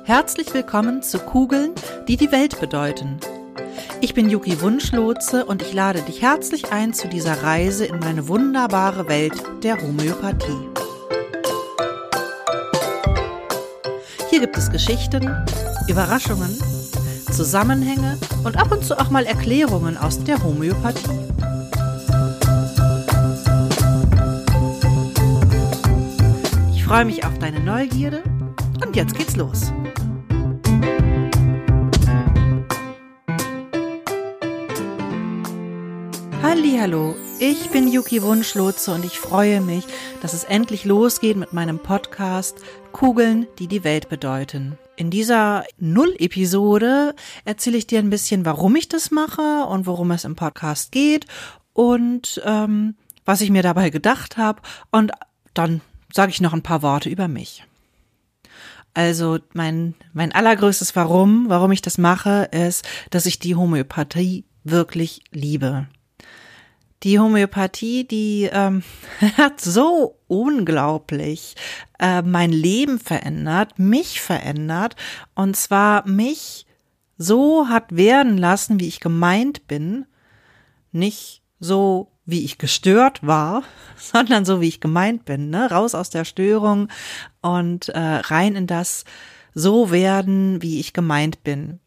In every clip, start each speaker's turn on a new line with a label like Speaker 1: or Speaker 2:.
Speaker 1: Herzlich willkommen zu Kugeln, die die Welt bedeuten. Ich bin Yuki Wunschlotse und ich lade dich herzlich ein zu dieser Reise in meine wunderbare Welt der Homöopathie. Hier gibt es Geschichten, Überraschungen, Zusammenhänge und ab und zu auch mal Erklärungen aus der Homöopathie. Ich freue mich auf deine Neugierde und jetzt geht's los. Hallihallo, ich bin Yuki Wunschlotse und ich freue mich, dass es endlich losgeht mit meinem Podcast Kugeln, die die Welt bedeuten. In dieser Null-Episode erzähle ich dir ein bisschen, warum ich das mache und worum es im Podcast geht und was ich mir dabei gedacht habe, und dann sage ich noch ein paar Worte über mich. Also mein allergrößtes warum ich das mache, ist, dass ich die Homöopathie wirklich liebe. Die Homöopathie, die hat so unglaublich mein Leben verändert, mich verändert, und zwar mich so hat werden lassen, wie ich gemeint bin, nicht so, wie ich gestört war, sondern so, wie ich gemeint bin, ne? Raus aus der Störung und rein in das so werden, wie ich gemeint bin.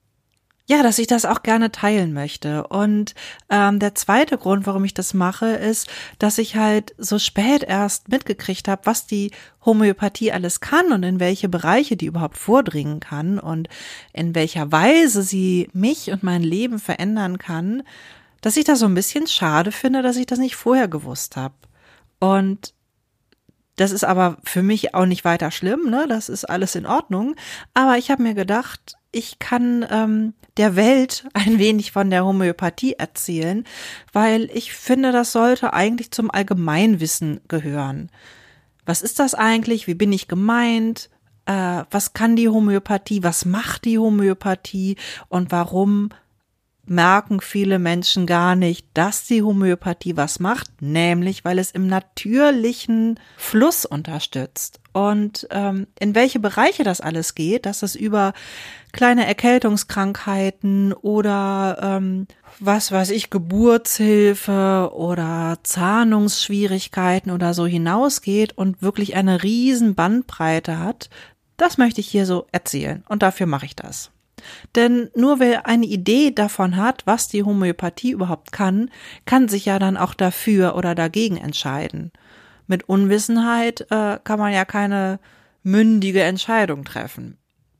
Speaker 1: Ja, dass ich das auch gerne teilen möchte. Und der zweite Grund, warum ich das mache, ist, dass ich halt so spät erst mitgekriegt habe, was die Homöopathie alles kann und in welche Bereiche die überhaupt vordringen kann und in welcher Weise sie mich und mein Leben verändern kann, dass ich das so ein bisschen schade finde, dass ich das nicht vorher gewusst habe. Und das ist aber für mich auch nicht weiter schlimm, ne? Das ist alles in Ordnung. Aber ich habe mir gedacht, ich kann der Welt ein wenig von der Homöopathie erzählen, weil ich finde, das sollte eigentlich zum Allgemeinwissen gehören. Was ist das eigentlich? Wie bin ich gemeint? Was kann die Homöopathie? Was macht die Homöopathie? Und warum merken viele Menschen gar nicht, dass die Homöopathie was macht, nämlich weil es im natürlichen Fluss unterstützt. Und in welche Bereiche das alles geht, dass es über kleine Erkältungskrankheiten oder was weiß ich, Geburtshilfe oder Zahnungsschwierigkeiten oder so hinausgeht und wirklich eine riesen Bandbreite hat, das möchte ich hier so erzählen und dafür mache ich das. Denn nur wer eine Idee davon hat, was die Homöopathie überhaupt kann sich ja dann auch dafür oder dagegen entscheiden. Mit Unwissenheit kann man ja keine mündige Entscheidung treffen.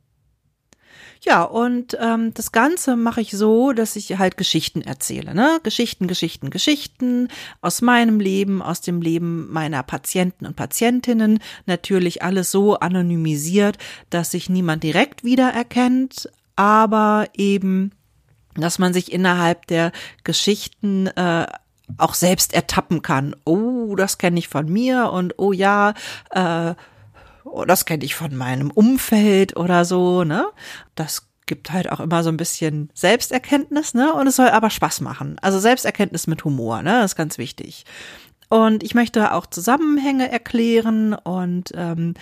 Speaker 1: Ja, und das Ganze mache ich so, dass ich halt Geschichten erzähle, ne? Geschichten aus meinem Leben, aus dem Leben meiner Patienten und Patientinnen. Natürlich alles so anonymisiert, dass sich niemand direkt wiedererkennt, aber eben, dass man sich innerhalb der Geschichten auch selbst ertappen kann. Oh, das kenne ich von mir und oh ja, das kenne ich von meinem Umfeld oder so, ne? Das gibt halt auch immer so ein bisschen Selbsterkenntnis, ne? Und es soll aber Spaß machen. Also Selbsterkenntnis mit Humor, ne? Das ist ganz wichtig. Und ich möchte auch Zusammenhänge erklären und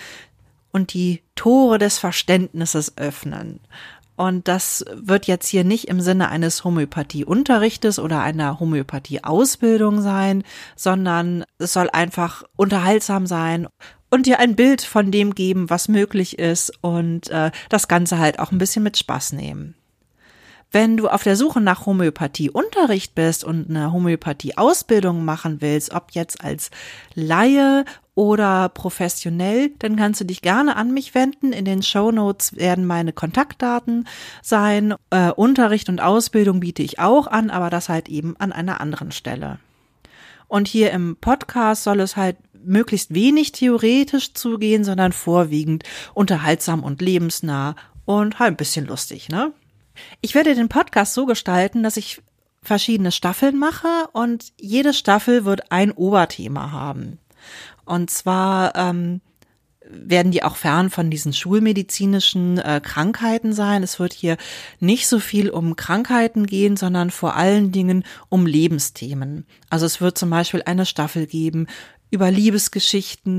Speaker 1: die Tore des Verständnisses öffnen. Und das wird jetzt hier nicht im Sinne eines Homöopathieunterrichtes oder einer Homöopathie-Ausbildung sein, sondern es soll einfach unterhaltsam sein und dir ein Bild von dem geben, was möglich ist, und das Ganze halt auch ein bisschen mit Spaß nehmen. Wenn du auf der Suche nach Homöopathieunterricht bist und eine Homöopathie-Ausbildung machen willst, ob jetzt als Laie oder professionell, dann kannst du dich gerne an mich wenden. In den Shownotes werden meine Kontaktdaten sein. Unterricht und Ausbildung biete ich auch an, aber das halt eben an einer anderen Stelle. Und hier im Podcast soll es halt möglichst wenig theoretisch zugehen, sondern vorwiegend unterhaltsam und lebensnah und halt ein bisschen lustig, ne? Ich werde den Podcast so gestalten, dass ich verschiedene Staffeln mache und jede Staffel wird ein Oberthema haben. Und zwar werden die auch fern von diesen schulmedizinischen Krankheiten sein. Es wird hier nicht so viel um Krankheiten gehen, sondern vor allen Dingen um Lebensthemen. Also es wird zum Beispiel eine Staffel geben über Liebesgeschichten,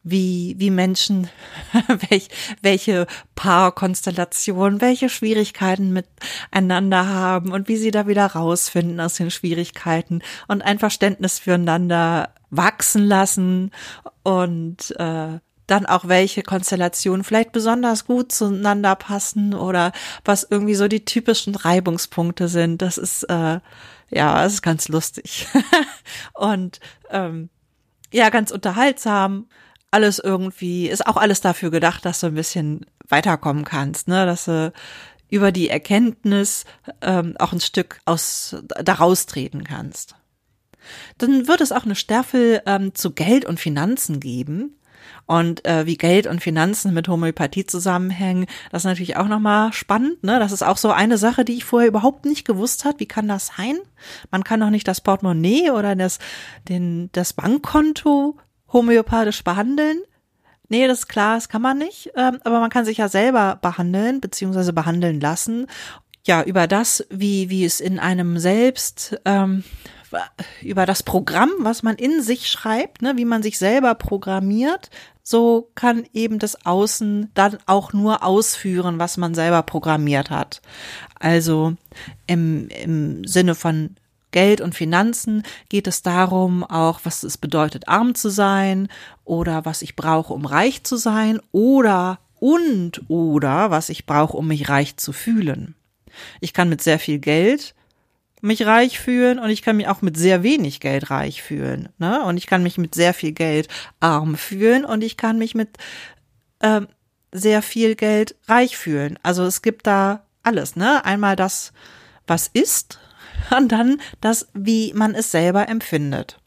Speaker 1: wie Menschen, welche Paarkonstellationen, welche Schwierigkeiten miteinander haben und wie sie da wieder rausfinden aus den Schwierigkeiten und ein Verständnis füreinander wachsen lassen und dann auch welche Konstellationen vielleicht besonders gut zueinander passen oder was irgendwie so die typischen Reibungspunkte sind. Das ist das ist ganz lustig und ganz unterhaltsam. Alles irgendwie, ist auch alles dafür gedacht, dass du ein bisschen weiterkommen kannst, ne, dass du über die Erkenntnis auch ein Stück da raustreten kannst. Dann wird es auch eine Staffel zu Geld und Finanzen geben. Und wie Geld und Finanzen mit Homöopathie zusammenhängen, das ist natürlich auch nochmal spannend, ne? Das ist auch so eine Sache, die ich vorher überhaupt nicht gewusst habe. Wie kann das sein? Man kann doch nicht das Portemonnaie oder das Bankkonto homöopathisch behandeln. Nee, das ist klar, das kann man nicht. Aber man kann sich ja selber behandeln, beziehungsweise behandeln lassen. Ja, über das, wie es in einem selbst, über das Programm, was man in sich schreibt, ne, wie man sich selber programmiert, so kann eben das Außen dann auch nur ausführen, was man selber programmiert hat. Also im Sinne von Geld und Finanzen geht es darum, auch was es bedeutet, arm zu sein oder was ich brauche, um reich zu sein oder was ich brauche, um mich reich zu fühlen. Ich kann mit sehr viel Geld mich reich fühlen und ich kann mich auch mit sehr wenig Geld reich fühlen, ne? Und ich kann mich mit sehr viel Geld arm fühlen und ich kann mich mit sehr viel Geld reich fühlen. Also es gibt da alles, ne? Einmal das, was ist, und dann das, wie man es selber empfindet.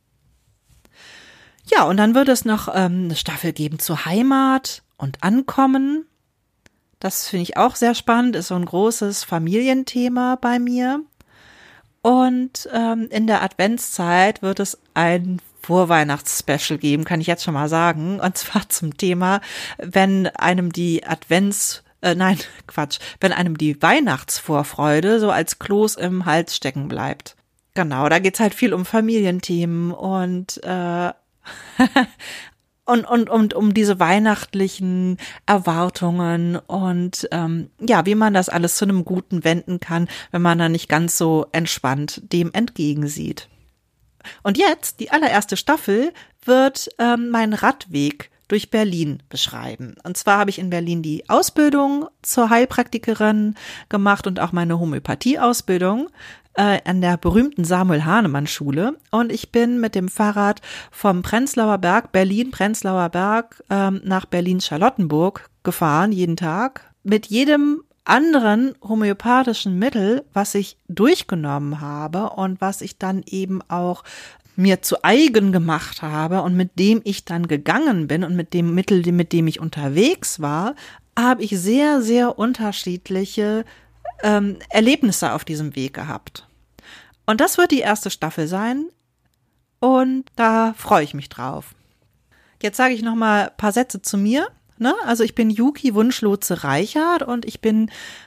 Speaker 1: Ja, und dann wird es noch eine Staffel geben zu Heimat und Ankommen. Das finde ich auch sehr spannend, ist so ein großes Familienthema bei mir. Und in der Adventszeit wird es ein Vorweihnachts-Special geben, kann ich jetzt schon mal sagen. Und zwar zum Thema, wenn einem die wenn einem die Weihnachtsvorfreude so als Kloß im Hals stecken bleibt. Genau, da geht's halt viel um Familienthemen und um diese weihnachtlichen Erwartungen und wie man das alles zu einem Guten wenden kann, wenn man da nicht ganz so entspannt dem entgegensieht. Und jetzt, die allererste Staffel, wird mein Radweg durch Berlin beschreiben. Und zwar habe ich in Berlin die Ausbildung zur Heilpraktikerin gemacht und auch meine Homöopathie-Ausbildung an der berühmten Samuel-Hahnemann-Schule. Und ich bin mit dem Fahrrad vom Prenzlauer Berg, Berlin-Prenzlauer Berg, nach Berlin-Charlottenburg gefahren, jeden Tag. Mit jedem anderen homöopathischen Mittel, was ich durchgenommen habe und was ich dann eben auch mir zu eigen gemacht habe und mit dem ich dann gegangen bin und mit dem Mittel, mit dem ich unterwegs war, habe ich sehr, sehr unterschiedliche Erlebnisse auf diesem Weg gehabt. Und das wird die erste Staffel sein und da freue ich mich drauf. Jetzt sage ich noch mal ein paar Sätze zu mir. Ne? Also ich bin Yuki Wunschlotze-Reichert und ich bin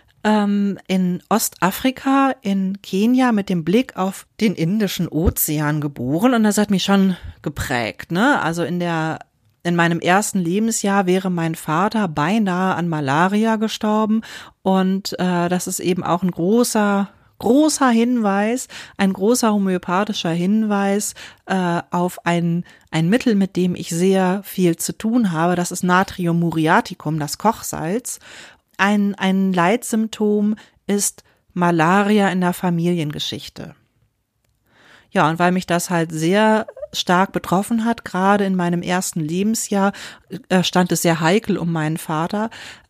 Speaker 1: in Ostafrika, in Kenia mit dem Blick auf den Indischen Ozean geboren und das hat mich schon geprägt. Ne? Also in meinem ersten Lebensjahr wäre mein Vater beinahe an Malaria gestorben und das ist eben auch ein großer Hinweis, ein großer homöopathischer Hinweis auf ein Mittel, mit dem ich sehr viel zu tun habe. Das ist Natrium muriaticum, das Kochsalz. Ein Leitsymptom ist Malaria in der Familiengeschichte. Ja, und weil mich das halt sehr stark betroffen hat, gerade in meinem ersten Lebensjahr, stand es sehr heikel um meinen Vater.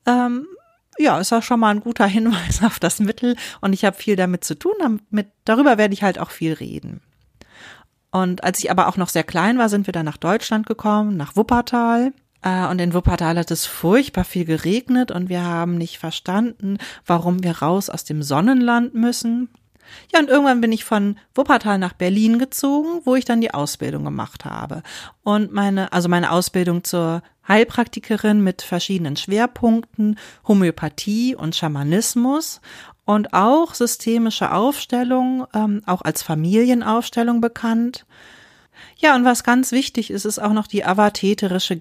Speaker 1: Ist auch schon mal ein guter Hinweis auf das Mittel und ich habe viel damit zu tun. Darüber werde ich halt auch viel reden. Und als ich aber auch noch sehr klein war, sind wir dann nach Deutschland gekommen, nach Wuppertal. Und in Wuppertal hat es furchtbar viel geregnet und wir haben nicht verstanden, warum wir raus aus dem Sonnenland müssen. Ja, und irgendwann bin ich von Wuppertal nach Berlin gezogen, wo ich dann die Ausbildung gemacht habe. Und meine Ausbildung zur Heilpraktikerin mit verschiedenen Schwerpunkten, Homöopathie und Schamanismus und auch systemische Aufstellung, auch als Familienaufstellung bekannt. Ja, und was ganz wichtig ist, ist auch noch die avatheterische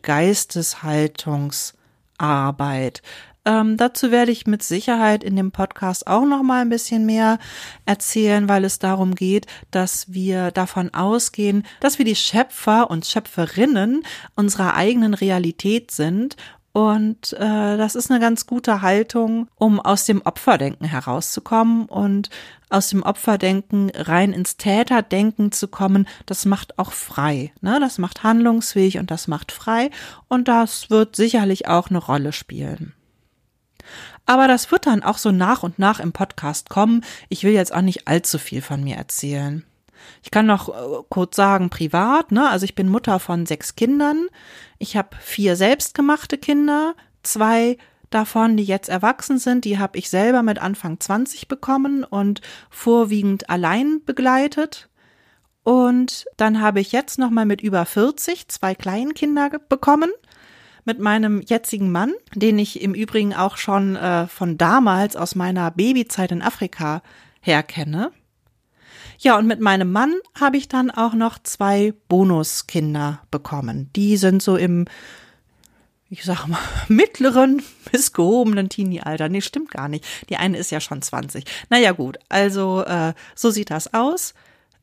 Speaker 1: Geisteshaltungsarbeit. Dazu werde ich mit Sicherheit in dem Podcast auch noch mal ein bisschen mehr erzählen, weil es darum geht, dass wir davon ausgehen, dass wir die Schöpfer und Schöpferinnen unserer eigenen Realität sind. Und das ist eine ganz gute Haltung, um aus dem Opferdenken herauszukommen und aus dem Opferdenken rein ins Täterdenken zu kommen. Das macht auch frei, ne? Das macht handlungsfähig und das macht frei. Und das wird sicherlich auch eine Rolle spielen. Aber das wird dann auch so nach und nach im Podcast kommen. Ich will jetzt auch nicht allzu viel von mir erzählen. Ich kann noch kurz sagen, privat, ne? Also ich bin Mutter von 6 Kindern. Ich habe 4 selbstgemachte Kinder. 2 davon, die jetzt erwachsen sind, die habe ich selber mit Anfang 20 bekommen und vorwiegend allein begleitet. Und dann habe ich jetzt noch mal mit über 40 2 Kleinkinder bekommen. Mit meinem jetzigen Mann, den ich im Übrigen auch schon von damals aus meiner Babyzeit in Afrika her kenne. Ja, und mit meinem Mann habe ich dann auch noch 2 Bonuskinder bekommen. Die sind so im, ich sag mal, mittleren bis gehobenen Teenie-Alter. Nee, stimmt gar nicht. Die eine ist ja schon 20. Naja gut, also so sieht das aus.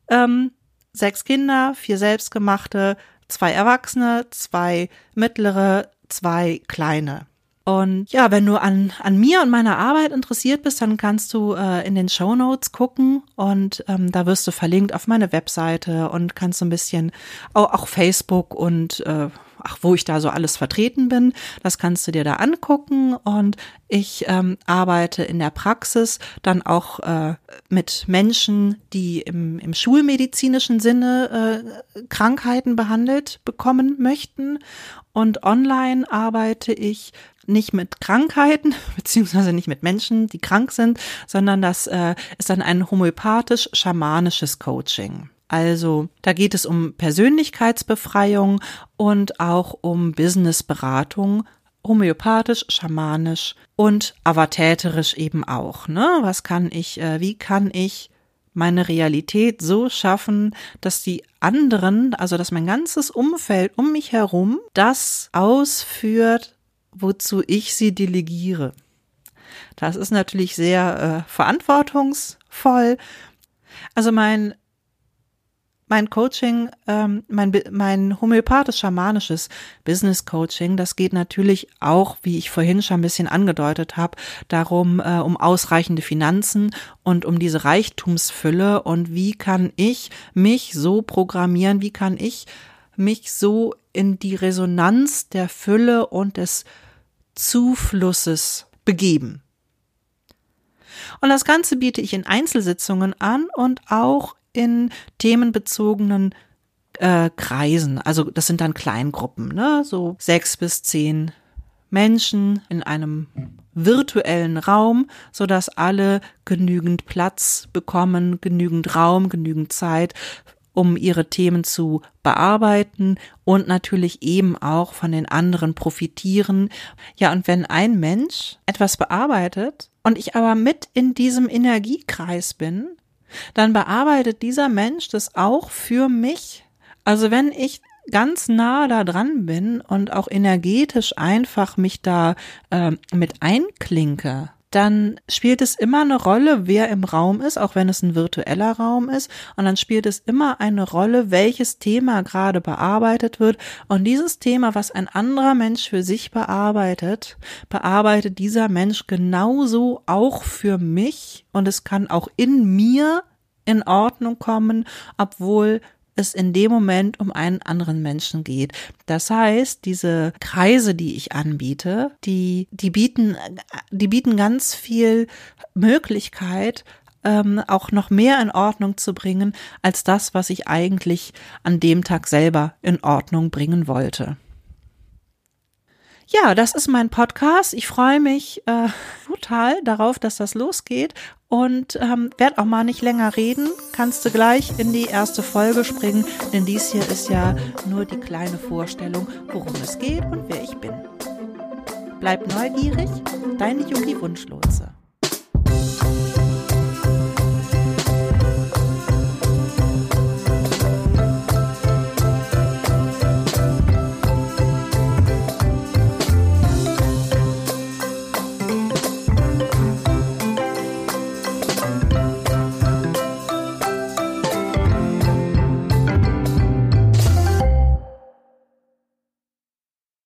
Speaker 1: 6 Kinder, 4 selbstgemachte, 2 Erwachsene, 2 mittlere, 2 kleine. Und ja, wenn du an mir und meiner Arbeit interessiert bist, dann kannst du in den Shownotes gucken und da wirst du verlinkt auf meine Webseite und kannst so ein bisschen auch Facebook und wo ich da so alles vertreten bin, das kannst du dir da angucken. Und ich arbeite in der Praxis dann auch mit Menschen, die im schulmedizinischen Sinne Krankheiten behandelt bekommen möchten. Und online arbeite ich nicht mit Krankheiten, beziehungsweise nicht mit Menschen, die krank sind, sondern das ist dann ein homöopathisch-schamanisches Coaching. Also da geht es um Persönlichkeitsbefreiung und auch um Businessberatung, homöopathisch, schamanisch und avatäterisch eben auch. Ne? Wie kann ich meine Realität so schaffen, dass die anderen, also dass mein ganzes Umfeld um mich herum das ausführt, wozu ich sie delegiere. Das ist natürlich sehr verantwortungsvoll. Also mein Coaching, mein homöopathisch-schamanisches Business-Coaching, das geht natürlich auch, wie ich vorhin schon ein bisschen angedeutet habe, darum, um ausreichende Finanzen und um diese Reichtumsfülle und wie kann ich mich so programmieren, wie kann ich mich so in die Resonanz der Fülle und des Zuflusses begeben. Und das Ganze biete ich in Einzelsitzungen an und auch in themenbezogenen Kreisen. Also das sind dann Kleingruppen, ne? So 6 bis 10 Menschen in einem virtuellen Raum, sodass alle genügend Platz bekommen, genügend Raum, genügend Zeit, um ihre Themen zu bearbeiten und natürlich eben auch von den anderen profitieren. Ja, und wenn ein Mensch etwas bearbeitet und ich aber mit in diesem Energiekreis bin, dann bearbeitet dieser Mensch das auch für mich. Also wenn ich ganz nah da dran bin und auch energetisch einfach mich da mit einklinke, dann spielt es immer eine Rolle, wer im Raum ist, auch wenn es ein virtueller Raum ist. Und dann spielt es immer eine Rolle, welches Thema gerade bearbeitet wird. Und dieses Thema, was ein anderer Mensch für sich bearbeitet dieser Mensch genauso auch für mich. Und es kann auch in mir in Ordnung kommen, obwohl es in dem Moment um einen anderen Menschen geht. Das heißt, diese Kreise, die ich anbiete, die bieten ganz viel Möglichkeit, auch noch mehr in Ordnung zu bringen, als das, was ich eigentlich an dem Tag selber in Ordnung bringen wollte. Ja, das ist mein Podcast. Ich freue mich total darauf, dass das losgeht und werde auch mal nicht länger reden. Kannst du gleich in die erste Folge springen, denn dies hier ist ja nur die kleine Vorstellung, worum es geht und wer ich bin. Bleib neugierig, deine Yuki Wunschlotse.